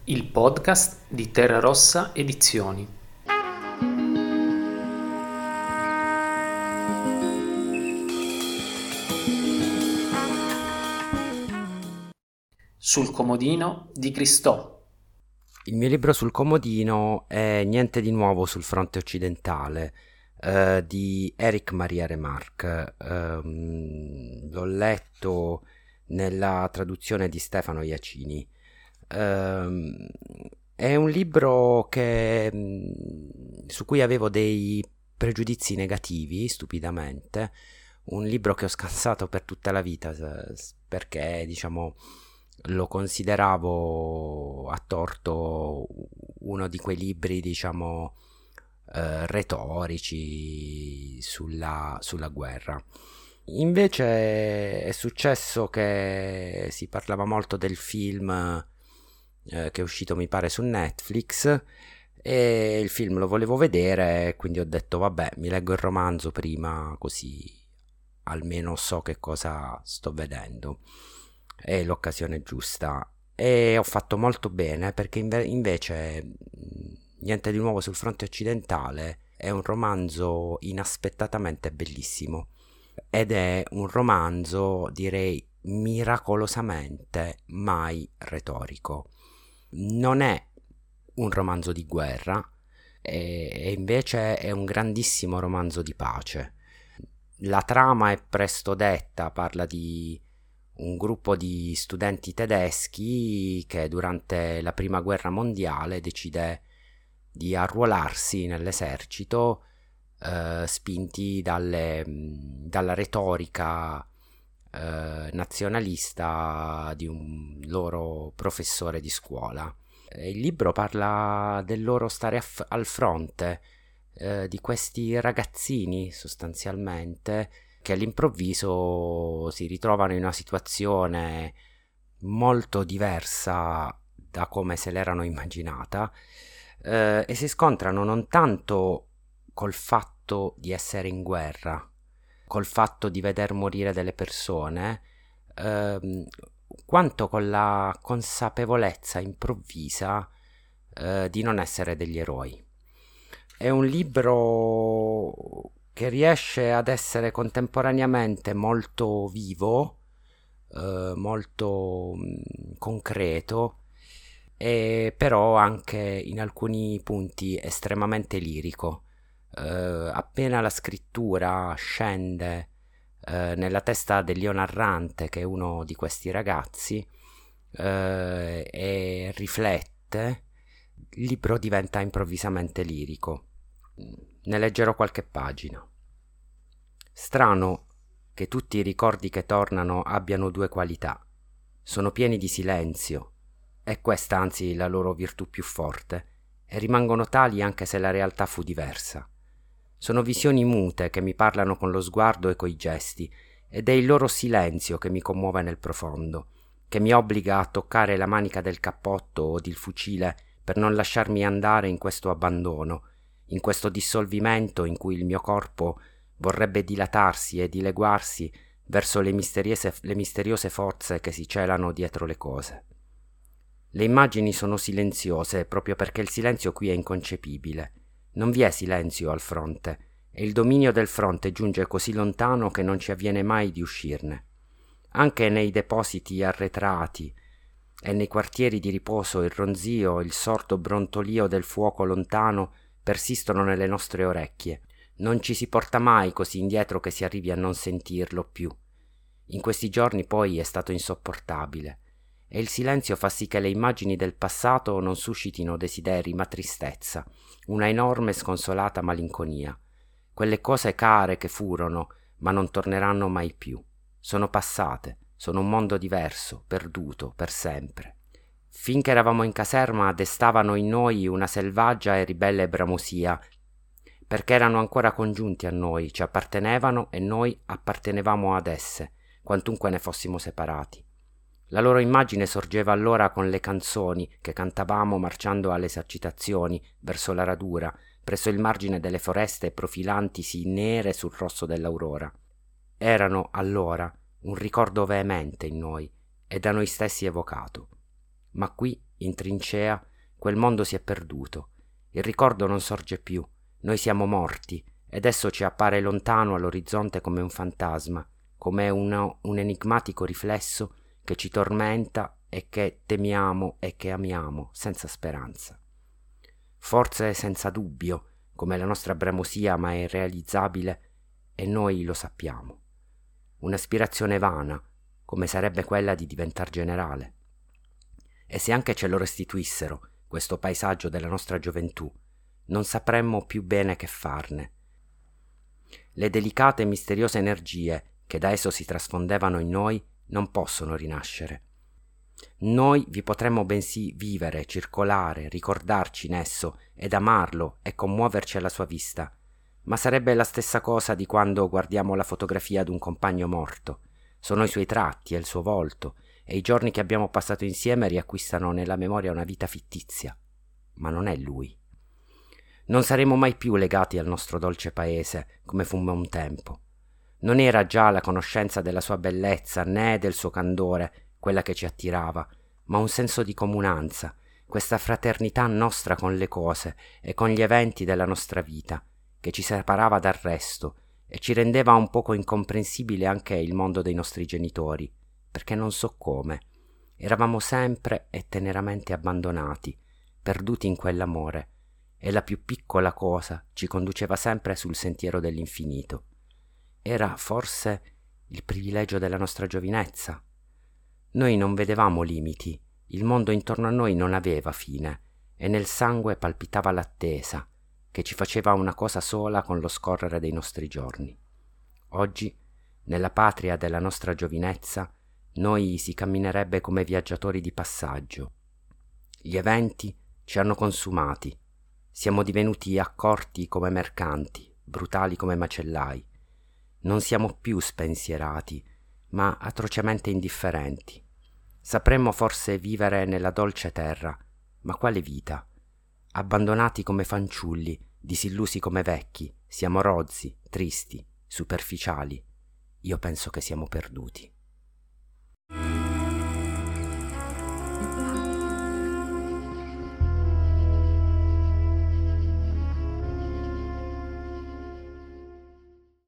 Il podcast di Terra Rossa Edizioni. Sul comodino di Cristò. Il mio libro sul comodino è Niente di nuovo sul fronte occidentale, di Éric Maria Remarque. L'ho letto nella traduzione di Stefano Iacini. Ehm, è un libro su cui avevo dei pregiudizi negativi, stupidamente. Un libro che ho scansato per tutta la vita, perché, diciamo, lo consideravo a torto uno di quei libri, diciamo, retorici sulla guerra. Invece è successo che si parlava molto del film che è uscito, mi pare, su Netflix, e il film lo volevo vedere, quindi ho detto vabbè, mi leggo il romanzo prima, così almeno so che cosa sto vedendo. È l'occasione giusta, e ho fatto molto bene, perché invece Niente di nuovo sul fronte occidentale è un romanzo inaspettatamente bellissimo, ed è un romanzo, direi, miracolosamente mai retorico. Non è un romanzo di guerra, e invece è un grandissimo romanzo di pace. La trama è presto detta, parla di un gruppo di studenti tedeschi che durante la prima guerra mondiale decide di arruolarsi nell'esercito, spinti dalla retorica nazionalista di un loro professore di scuola. Il libro parla del loro stare al fronte, di questi ragazzini sostanzialmente, che all'improvviso si ritrovano in una situazione molto diversa da come se l'erano immaginata, e si scontrano non tanto col fatto di essere in guerra, col fatto di veder morire delle persone, quanto con la consapevolezza improvvisa di non essere degli eroi. È un libro che riesce ad essere contemporaneamente molto vivo, molto concreto, e però anche in alcuni punti estremamente lirico. Appena la scrittura scende nella testa dell'io narrante, che è uno di questi ragazzi, e riflette, il libro diventa improvvisamente lirico. Ne leggerò qualche pagina. Strano che tutti i ricordi che tornano abbiano due qualità. Sono pieni di silenzio, è questa anzi la loro virtù più forte, e rimangono tali anche se la realtà fu diversa. Sono visioni mute che mi parlano con lo sguardo e coi gesti, ed è il loro silenzio che mi commuove nel profondo, che mi obbliga a toccare la manica del cappotto o il fucile per non lasciarmi andare in questo abbandono, in questo dissolvimento in cui il mio corpo vorrebbe dilatarsi e dileguarsi verso le misteriose forze che si celano dietro le cose. Le immagini sono silenziose proprio perché il silenzio qui è inconcepibile. Non vi è silenzio al fronte, e il dominio del fronte giunge così lontano che non ci avviene mai di uscirne. Anche nei depositi arretrati e nei quartieri di riposo il ronzio, il sordo brontolio del fuoco lontano persistono nelle nostre orecchie. Non ci si porta mai così indietro che si arrivi a non sentirlo più. In questi giorni poi è stato insopportabile, e il silenzio fa sì che le immagini del passato non suscitino desideri ma tristezza, una enorme sconsolata malinconia. Quelle cose care che furono, ma non torneranno mai più. Sono passate, sono un mondo diverso, perduto, per sempre. Finché eravamo in caserma destavano in noi una selvaggia e ribelle bramosia, perché erano ancora congiunti a noi, ci appartenevano e noi appartenevamo ad esse, quantunque ne fossimo separati. La loro immagine sorgeva allora con le canzoni che cantavamo marciando alle esercitazioni verso la radura, presso il margine delle foreste profilantisi nere sul rosso dell'aurora. Erano allora un ricordo veemente in noi e da noi stessi evocato. Ma qui in trincea, quel mondo si è perduto. Il ricordo non sorge più. Noi siamo morti ed esso ci appare lontano all'orizzonte come un fantasma, come un enigmatico riflesso che ci tormenta e che temiamo e che amiamo senza speranza. Forse senza dubbio, come la nostra bramosia, ma è irrealizzabile e noi lo sappiamo. Un'aspirazione vana, come sarebbe quella di diventar generale. E se anche ce lo restituissero, questo paesaggio della nostra gioventù, non sapremmo più bene che farne. Le delicate e misteriose energie che da esso si trasfondevano in noi non possono rinascere. Noi vi potremmo bensì vivere, circolare, ricordarci in esso ed amarlo e commuoverci alla sua vista, ma sarebbe la stessa cosa di quando guardiamo la fotografia d'un compagno morto. Sono i suoi tratti e il suo volto, e i giorni che abbiamo passato insieme riacquistano nella memoria una vita fittizia, ma non è lui. Non saremo mai più legati al nostro dolce paese come fummo un tempo. Non era già la conoscenza della sua bellezza né del suo candore quella che ci attirava, ma un senso di comunanza, questa fraternità nostra con le cose e con gli eventi della nostra vita, che ci separava dal resto e ci rendeva un poco incomprensibile anche il mondo dei nostri genitori, perché non so come, eravamo sempre e teneramente abbandonati, perduti in quell'amore, e la più piccola cosa ci conduceva sempre sul sentiero dell'infinito. Era forse il privilegio della nostra giovinezza. Noi non vedevamo limiti, il mondo intorno a noi non aveva fine, e nel sangue palpitava l'attesa, che ci faceva una cosa sola con lo scorrere dei nostri giorni. Oggi, nella patria della nostra giovinezza, noi si camminerebbe come viaggiatori di passaggio. Gli eventi ci hanno consumati, siamo divenuti accorti come mercanti, brutali come macellai. Non siamo più spensierati, ma atrocemente indifferenti. Sapremmo forse vivere nella dolce terra, ma quale vita? Abbandonati come fanciulli, disillusi come vecchi, siamo rozzi, tristi, superficiali. Io penso che siamo perduti.